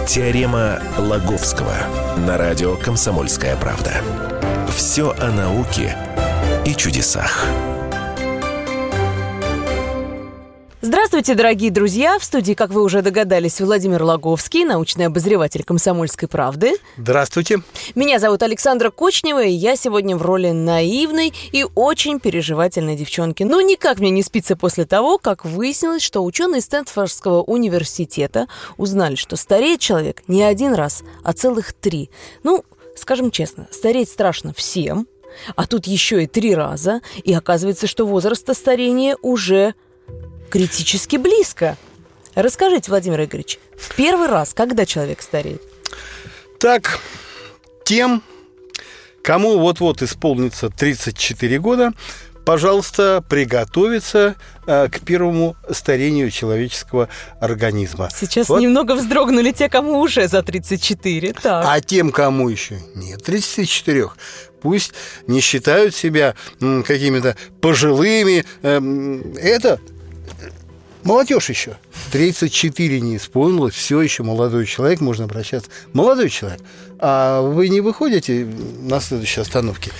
Теорема Лаговского на радио «Комсомольская правда». Все о науке и чудесах. Здравствуйте, дорогие друзья! В студии, как вы уже догадались, Владимир Лаговский, научный обозреватель «Комсомольской правды». Здравствуйте. Меня зовут Александра Кочнева, и я сегодня в роли наивной и очень переживательной девчонки. Но никак мне не спится после того, как выяснилось, что ученые Стэнфордского университета узнали, что стареет человек не один раз, а целых 3. Ну, скажем честно, стареть страшно всем, а тут еще и 3 раза, и оказывается, что возраст старения уже критически близко. Расскажите, Владимир Игоревич, в первый раз, когда человек стареет? Так, тем, кому вот-вот исполнится 34 года, пожалуйста, приготовиться к первому старению человеческого организма. Сейчас немного вздрогнули те, кому уже за 34. Так. А тем, кому еще нет 34, пусть не считают себя какими-то пожилыми. Это молодежь еще. 34 не исполнилось, все еще молодой человек, можно обращаться. Молодой человек, а вы не выходите на следующей остановке?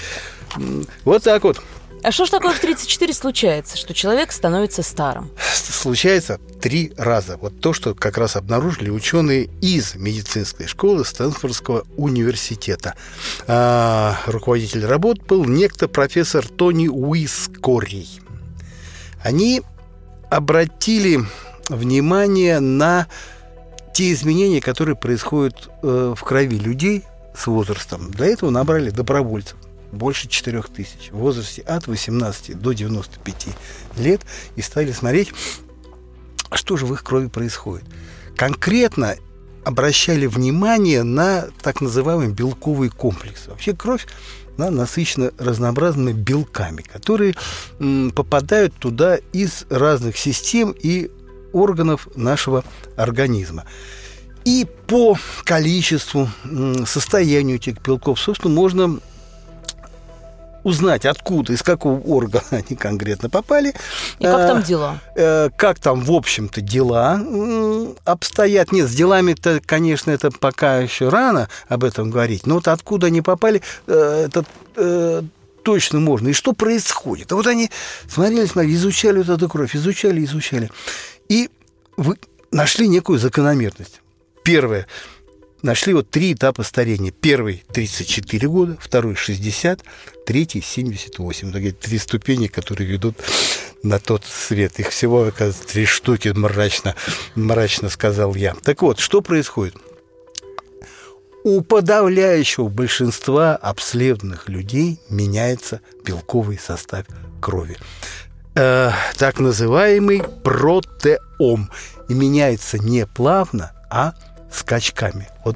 Вот так вот. А что ж такое в 34 случается, что человек становится старым? Случается 3 раза. Вот то, что как раз обнаружили ученые из медицинской школы Стэнфордского университета. Руководитель работ был некто профессор Тони Уискорий. Они обратили внимание на те изменения, которые происходят в крови людей с возрастом. Для этого набрали добровольцев. Больше 4000 в возрасте от 18 до 95 лет. И стали смотреть, что же в их крови происходит. Конкретно обращали внимание на так называемый белковый комплекс. Вообще кровь насыщена разнообразными белками, которые попадают туда из разных систем и органов нашего организма. И по количеству, состоянию этих белков, собственно, можно узнать, откуда, из какого органа они конкретно попали. И как там дела? Как там, в общем-то, дела обстоят. Нет, с делами-то, конечно, это пока еще рано об этом говорить. Но вот откуда они попали, это точно можно. И что происходит? А вот они смотрели, изучали вот эту кровь, изучали. И нашли некую закономерность. Первое. Нашли 3 этапа старения. Первый – 34 года, второй – 60, третий – 78. Такие 3 ступени, которые ведут на тот свет. Их всего, оказывается, 3 штуки, мрачно сказал я. Так вот, что происходит? У подавляющего большинства обследованных людей меняется белковый состав крови. Так называемый протеом. И меняется не плавно, а скачками. Вот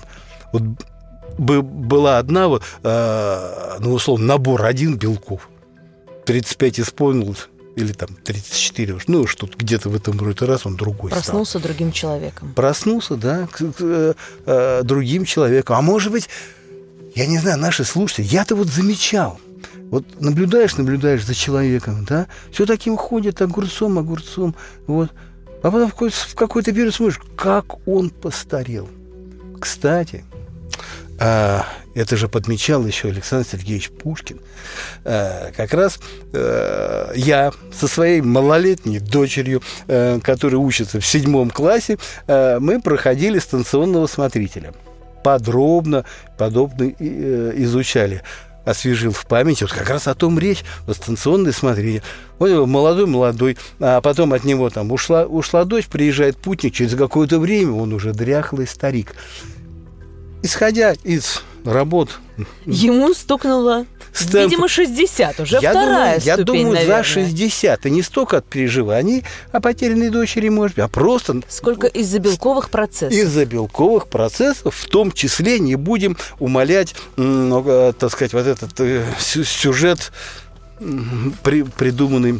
была одна, условно, набор 1 белков. 35 исполнилось, или там 34, что-то где-то в этом роде, раз он другой Проснулся стал. Другим человеком. Проснулся, да, другим человеком. А может быть, я не знаю, наши слушатели, я-то замечал. Вот наблюдаешь за человеком, да, все таким ходит, огурцом, вот. А потом в какой-то период смотришь, как он постарел. Кстати, это же подмечал еще Александр Сергеевич Пушкин. Как раз я со своей малолетней дочерью, которая учится в 7 классе, мы проходили станционного смотрителя. Подробно изучали. Освежил в памяти, как раз о том речь, станционный смотритель. Он молодой, а потом от него ушла дочь, приезжает путник, через какое-то время он уже дряхлый старик. Исходя из работ... Ему стукнуло, видимо, 60, уже вторая ступень, Я думаю, наверное. За 60, и не столько от переживаний о потерянной дочери, может быть, а просто... Сколько из-за белковых процессов. Из-за белковых процессов, в том числе, не будем умалять, так сказать, вот этот сюжет, придуманный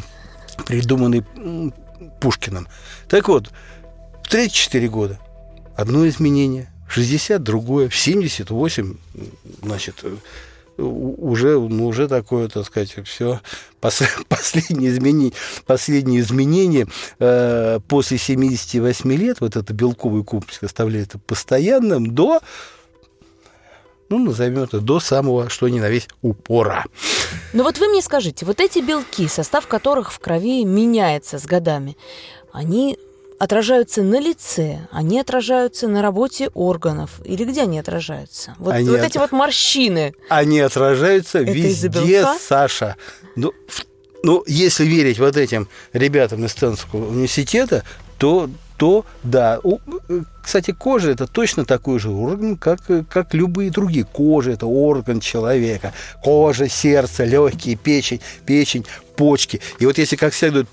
Пушкиным. Так вот, в 34 года одно изменение, в 60 другое, в 78, уже такое, так сказать, все последние изменения после 78 лет, вот это белковый комплекс оставляется постоянным до, назовем это, до самого, что ни на есть, упора. Но вот вы мне скажите, вот эти белки, состав которых в крови меняется с годами, они отражаются на лице, они отражаются на работе органов? Или где они отражаются? Вот эти вот морщины. Они отражаются везде, Саша. Если верить вот этим ребятам из Стэнфордского университета, то да. Кстати, кожа – это точно такой же орган, как любые другие. Кожа – это орган человека. Кожа, сердце, легкие, печень, почки. И вот если как следует...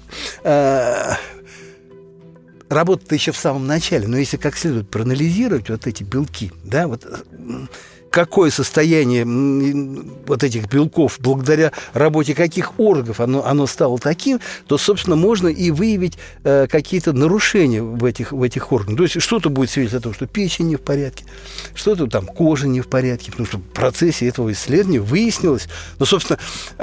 Работа-то еще в самом начале, но если как следует проанализировать вот эти белки, да, вот какое состояние вот этих белков, благодаря работе каких органов оно стало таким, то, собственно, можно и выявить какие-то нарушения в этих органах. То есть что-то будет свидетельствовать о том, что печень не в порядке, что-то там кожа не в порядке, потому что в процессе этого исследования выяснилось, собственно,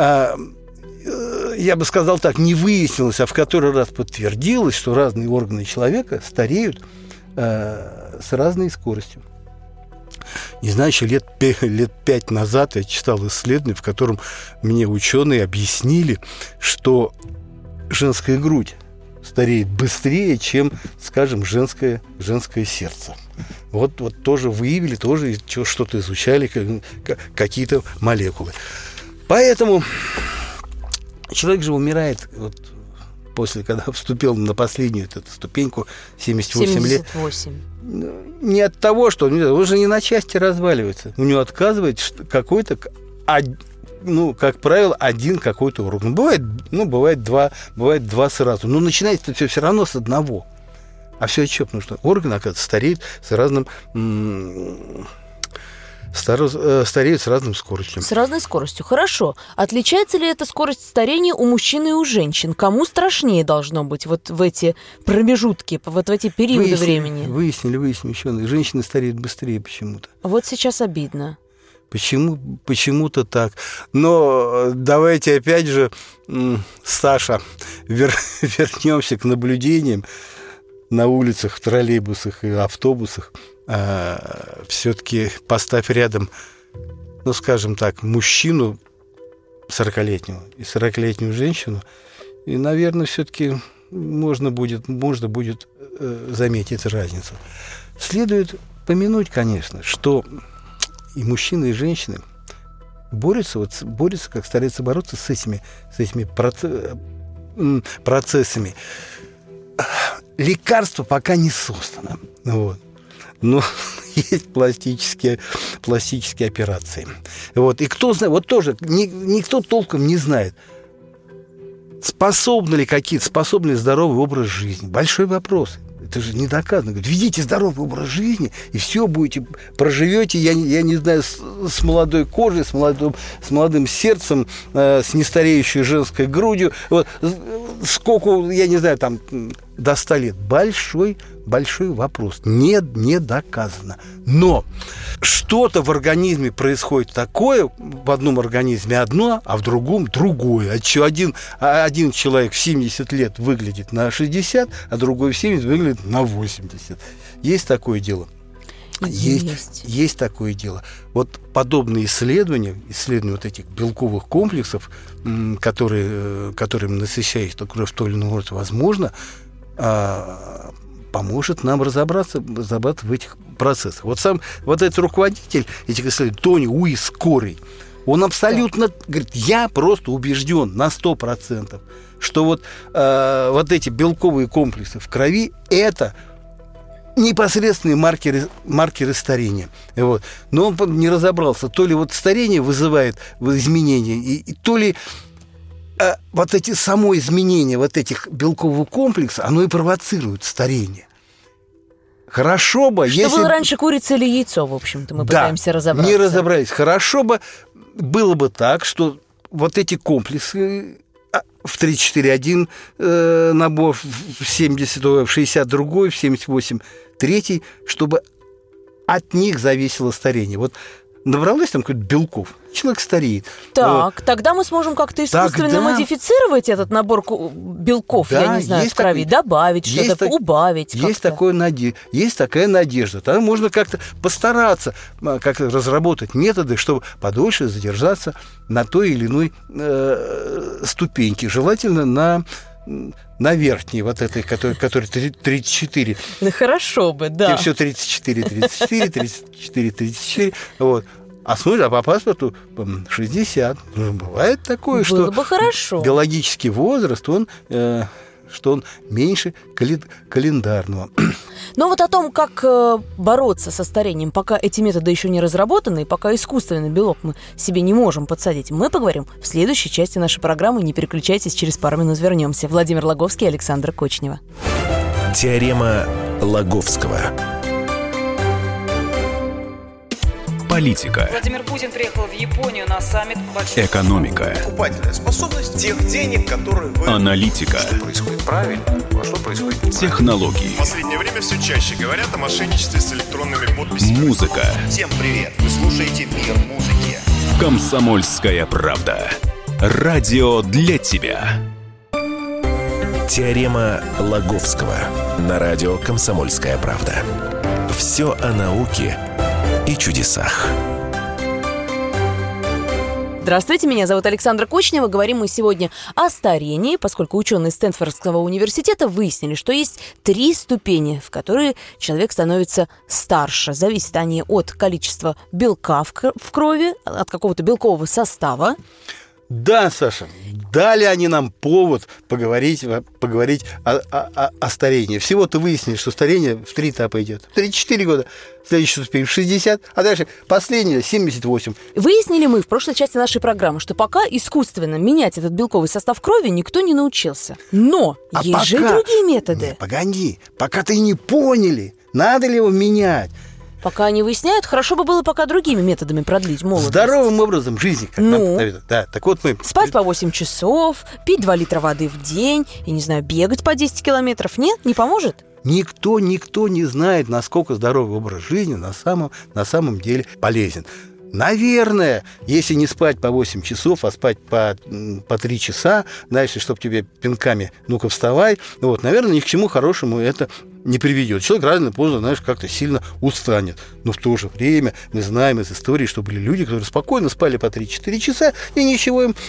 я бы сказал так, не выяснилось, а в который раз подтвердилось, что разные органы человека стареют с разной скоростью. Не знаю, еще лет 5 назад я читал исследование, в котором мне ученые объяснили, что женская грудь стареет быстрее, чем, скажем, женское сердце. Вот тоже выявили, тоже что-то изучали, какие-то молекулы. Поэтому... Человек же умирает после, когда вступил на последнюю эту ступеньку, 78 лет. Не от того, что он же не на части разваливается. У него отказывает какой-то, как правило, один какой-то орган. Бывает два сразу. Но начинается это все равно с одного. А все от чего? Потому что орган, оказывается, стареет с разным... стареют с разной скоростью. С разной скоростью. Хорошо. Отличается ли эта скорость старения у мужчин и у женщин? Кому страшнее должно быть вот в эти промежутки, вот в эти периоды времени? Выяснили ученые. Женщины стареют быстрее почему-то. Вот сейчас обидно. Почему-то так. Но давайте опять же, Саша, вернемся к наблюдениям на улицах, в троллейбусах и автобусах. Все-таки поставь рядом, скажем так, мужчину 40-летнего и 40-летнюю женщину, и, наверное, все-таки можно будет заметить разницу. Следует помянуть, конечно, что и мужчины, и женщины борются, как стараются бороться с этими процессами. Лекарство пока не создано. Но есть пластические операции. И кто знает, тоже никто толком не знает, способны ли здоровый образ жизни. Большой вопрос. Это же не доказано. Говорят, ведите здоровый образ жизни, и все проживете, я не знаю, с молодой кожей, с молодым сердцем, с нестареющей женской грудью. Сколько, я не знаю, там до 100 лет. Большой вопрос. Не доказано. Но что-то в организме происходит такое, в одном организме одно, а в другом другое. Один человек в 70 лет выглядит на 60, а другой в 70 выглядит на 80. Есть такое дело? Есть такое дело. Вот подобные исследования вот этих белковых комплексов, которыми насыщается кровь в той или иной мере, возможно, поможет нам разобраться в этих процессах. Вот этот руководитель этих исследований, Тони Уис-Корей, он абсолютно говорит, я просто убежден на 100%, что вот эти белковые комплексы в крови – это непосредственные маркеры старения. Но он не разобрался, то ли старение вызывает изменения, и то ли само изменение этих белкового комплекса, оно и провоцирует старение. Хорошо бы, что было раньше, курица или яйцо, в общем-то, мы пытаемся разобраться. Не разобрались. Хорошо бы было бы так, что вот эти комплексы в 34-1 набор, в 70, в 60 другой, в 78 третий, чтобы от них зависело старение. набралось там каких-то белков, человек стареет. Так, тогда мы сможем как-то искусственно модифицировать этот набор белков, да, я не знаю, в крови, добавить что-то, убавить. Есть такая надежда. Тогда можно как-то постараться как-то разработать методы, чтобы подольше задержаться на той или иной ступеньке. Желательно на верхней, вот этой, которая 34. Ну, хорошо бы, да. И все 34. Вот. А по паспорту 60. Бывает такое, было что бы хорошо. Биологический возраст, он меньше календарного. Но вот о том, как бороться со старением, пока эти методы еще не разработаны, и пока искусственный белок мы себе не можем подсадить, мы поговорим в следующей части нашей программы. Не переключайтесь, через пару минут вернемся. Владимир Логовский и Александра Кочнева. Теорема Лаговского. Политика. Владимир Путин приехал в Японию на саммит большой... Экономика. Покупательная способность тех денег, которые вы... Аналитика. Что происходит правильно, а что происходит неправильно. Технологии. В последнее время все чаще говорят о мошенничестве с электронными подписями. Музыка. Всем привет! Вы слушаете «Мир музыки». Комсомольская правда. Радио для тебя. Теорема Лаговского на радио «Комсомольская правда». Все о науке и чудесах. Здравствуйте, меня зовут Александра Кочнева. Говорим мы сегодня о старении, поскольку ученые Стэнфордского университета выяснили, что есть 3 ступени, в которые человек становится старше. Зависят они от количества белка в крови, от какого-то белкового состава. Да, Саша, дали они нам повод поговорить о старении. Всего-то выяснили, что старение в 3 этапа идет. 34 года, следующий ступень 60, а дальше последняя 78. Выяснили мы в прошлой части нашей программы, что пока искусственно менять этот белковый состав крови никто не научился. Но есть же и другие методы. Нет, погоди, пока ты не поняли, надо ли его менять. Пока они выясняют, хорошо бы было пока другими методами продлить молодость. Здоровым образом жизни, как нам советуют. Да, так вот мы... Спать по 8 часов, пить 2 литра воды в день, и, не знаю, бегать по 10 километров. Нет, не поможет? Никто не знает, насколько здоровый образ жизни на самом деле полезен. Наверное, если не спать по 8 часов, а спать по 3 часа, дальше, чтобы тебе пинками «ну-ка, вставай», вот, наверное, ни к чему хорошему это не приведет. Человек рано или поздно, знаешь, как-то сильно устанет. Но в то же время мы знаем из истории, что были люди, которые спокойно спали по 3-4 часа, и ничего им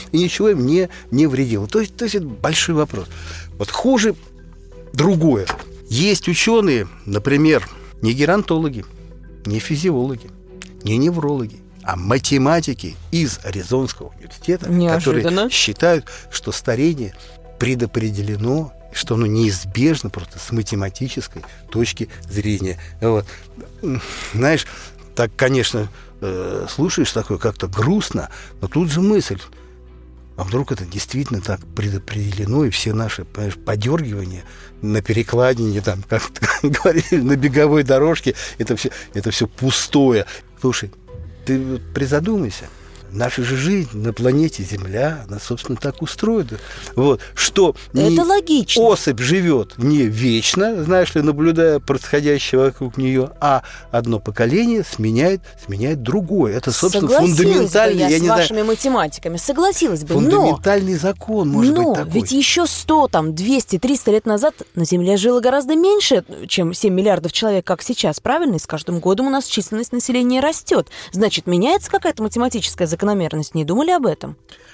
не вредило. То есть это большой вопрос. Вот хуже другое. Есть ученые, например, не геронтологи, не физиологи, не неврологи, а математики из Аризонского университета, которые считают, что старение предопределено, что оно неизбежно просто с математической точки зрения. Вот. Знаешь, так, конечно, слушаешь такое как-то грустно, но тут же мысль, а вдруг это действительно так предопределено, и все наши, понимаешь, подергивания на перекладине, там, как говорили, на беговой дорожке, это все пустое. Слушай, ты призадумайся. Наша же жизнь на планете Земля, она, собственно, так устроена. Вот, что это логично. Особь живет не вечно, знаешь ли, наблюдая происходящее вокруг нее, а одно поколение сменяет другое. Это, собственно, фундаментальный... Я с вашими математиками согласилась бы, фундаментальный закон может быть такой. Ведь еще 100, 200, 300 лет назад на Земле жило гораздо меньше, чем 7 миллиардов человек, как сейчас, правильно? И с каждым годом у нас численность населения растет. Значит, меняется какая-то математическая закономерность. Не думали об этом?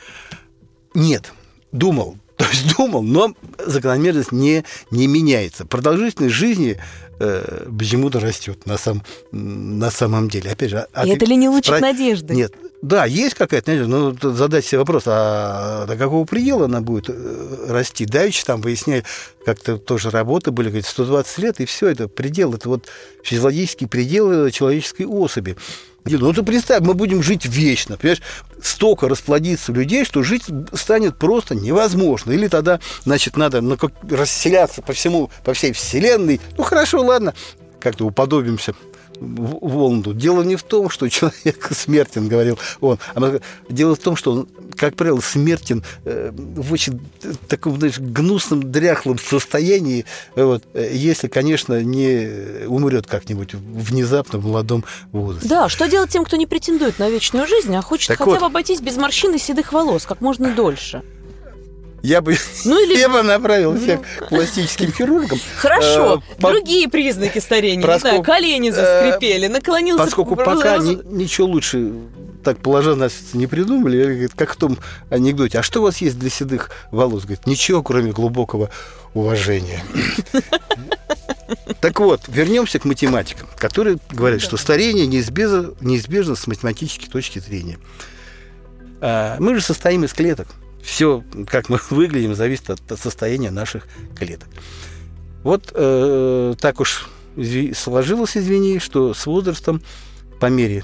Нет, думал, но закономерность не меняется. Продолжительность жизни почему-то растет на самом деле. Опять же, и это ли не лучик надежды? Нет. Да, есть какая-то надежда, но задать себе вопрос, а до какого предела она будет расти? Давеча там выясняли, как-то тоже работы были, говорит, 120 лет, и все, это предел, это вот физиологический предел человеческой особи. Ну, ты представь, мы будем жить вечно, понимаешь? Столько расплодится людей, что жить станет просто невозможно. Или тогда, значит, надо расселяться по всей Вселенной. Ну, хорошо, ладно, как-то уподобимся Воланду. Дело не в том, что человек смертен, говорил он. Дело в том, что он, как правило, смертен в очень таком, знаешь, гнусном, дряхлом состоянии, вот, если, конечно, не умрет как-нибудь внезапно в молодом возрасте. Да, что делать тем, кто не претендует на вечную жизнь, а хочет так хотя бы вот, обойтись без морщин и седых волос как можно дольше? Я бы направил всех к пластическим хирургам. Хорошо. Другие признаки старения. Не знаю, колени заскрипели, наклонился... Поскольку пока ничего лучше, так положа нас, не придумали, как в том анекдоте. А что у вас есть для седых волос? Говорит, ничего, кроме глубокого уважения. Так вот, вернемся к математикам, которые говорят, что старение неизбежно с математической точки зрения. Мы же состоим из клеток. Все, как мы выглядим, зависит от состояния наших клеток. Вот так уж сложилось, извини, что с возрастом, по мере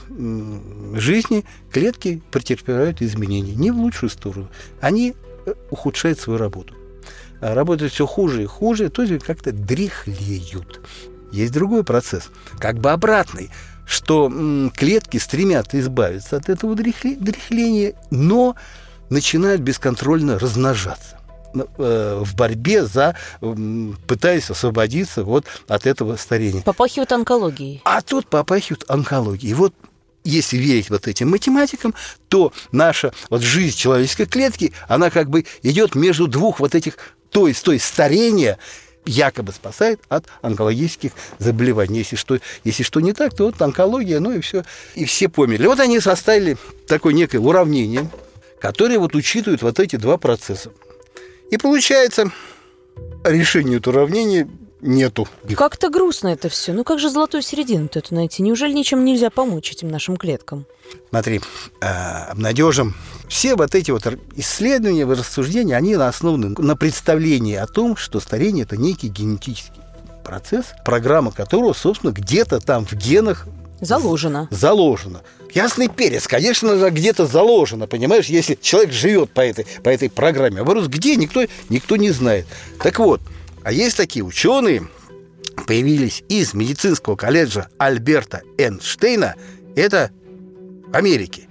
жизни, клетки претерпевают изменения. Не в лучшую сторону. Они ухудшают свою работу. Работают все хуже и хуже, то есть как-то дряхлеют. Есть другой процесс, как бы обратный, что клетки стремятся избавиться от этого дряхления, но начинают бесконтрольно размножаться в борьбе пытаясь освободиться вот от этого старения. Попахивает онкологией. А тут попахивает онкологией. И вот если верить вот этим математикам, то наша вот жизнь человеческой клетки, она как бы идет между двух вот этих, то есть старения, якобы спасает от онкологических заболеваний. Если что не так, то вот онкология, ну и все. И все померли. Вот они составили такое некое уравнение, которые вот учитывают вот эти два процесса. И получается, решения этого уравнения нету. Как-то грустно это все. Ну как же золотую середину-то эту найти? Неужели ничем нельзя помочь этим нашим клеткам? Смотри, обнадежим. Все вот эти вот исследования, рассуждения, они основаны на представлении о том, что старение – это некий генетический процесс, программа которого, собственно, где-то там в генах заложено. Ясный перец, конечно же, где-то заложено, понимаешь, если человек живет по этой программе. А вопрос где, никто не знает. Так вот, а есть такие ученые, появились из медицинского колледжа Альберта Эйнштейна, это в Америке,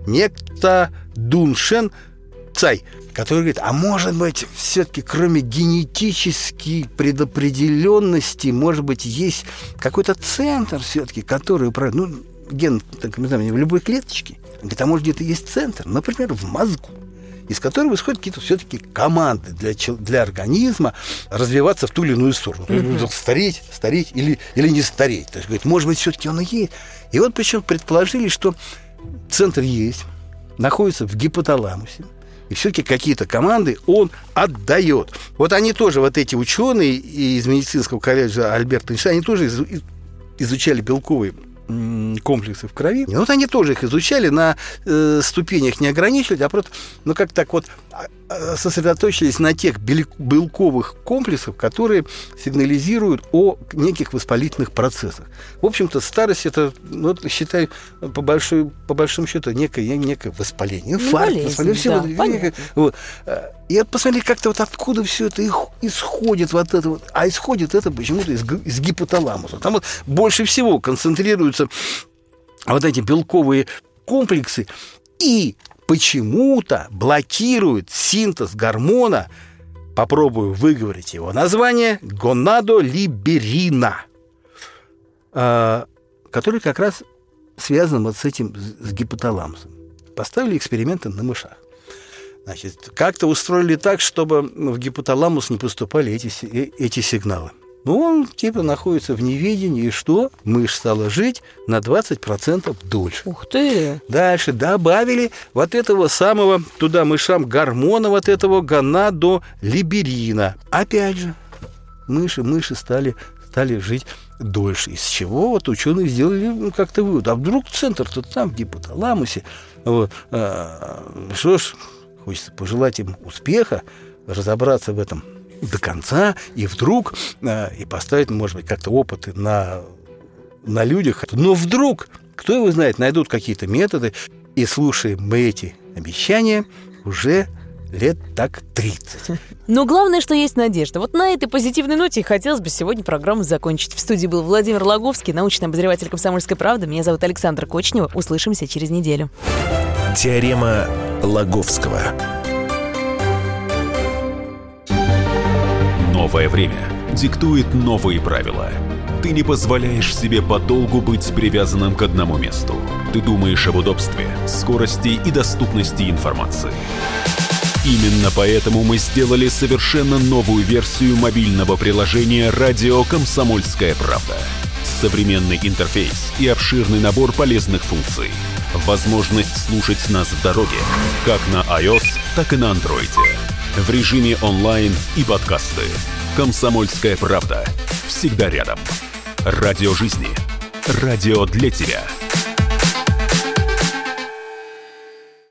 некто Дуншен Цай, который говорит, а может быть, все-таки кроме генетической предопределенности, может быть, есть какой-то центр все-таки, который управляет, ген, так мы знаем, в любой клеточке, говорит, а может, где-то есть центр, например, в мозгу, из которого исходят какие-то все-таки команды для организма развиваться в ту или иную сторону. Стареть или не стареть. То есть, говорит, может быть, все-таки он и есть. И вот причем предположили, что центр есть, находится в гипоталамусе, и все-таки какие-то команды он отдает. Вот они тоже, вот эти ученые из медицинского колледжа Альберта Эйнштейна, они тоже изучали белковые комплексы в крови. И вот они тоже их изучали, на ступенях не ограничивали, а просто, как так вот сосредоточились на тех белковых комплексах, которые сигнализируют о неких воспалительных процессах. В общем-то, старость это, считай, по большому счету, некое воспаление. Болезнь, вот. И посмотрели, как-то вот откуда все это исходит, вот это вот. А исходит это почему-то из гипоталамуса. Там вот больше всего концентрируются вот эти белковые комплексы и почему-то блокирует синтез гормона, попробую выговорить его название, гонадолиберина, который как раз связан вот с этим, с гипоталамусом. Поставили эксперименты на мышах. Значит, как-то устроили так, чтобы в гипоталамус не поступали эти сигналы. Он находится в неведении, и что? Мышь стала жить на 20% дольше. Ух ты! Дальше добавили вот этого самого туда мышам гормона, вот этого гонадолиберина. Опять же, мыши стали жить дольше. Из чего вот ученые сделали как-то вывод. А вдруг центр-то там, в гипоталамусе. Вот. Что ж, хочется пожелать им успеха, разобраться в этом до конца, и вдруг и поставить, может быть, как-то опыты на людях. Но вдруг, кто его знает, найдут какие-то методы, и слушаем мы эти обещания уже лет так 30. Но главное, что есть надежда. Вот на этой позитивной ноте хотелось бы сегодня программу закончить. В студии был Владимир Логовский, научный обозреватель «Комсомольской правды». Меня зовут Александра Кочнева. Услышимся через неделю. Теорема Лаговского. Новое время диктует новые правила. Ты не позволяешь себе подолгу быть привязанным к одному месту. Ты думаешь об удобстве, скорости и доступности информации. Именно поэтому мы сделали совершенно новую версию мобильного приложения «Радио Комсомольская правда». Современный интерфейс и обширный набор полезных функций. Возможность слушать нас в дороге, как на iOS, так и на Android. В режиме онлайн и подкасты. «Комсомольская правда». Всегда рядом. Радио жизни. Радио для тебя.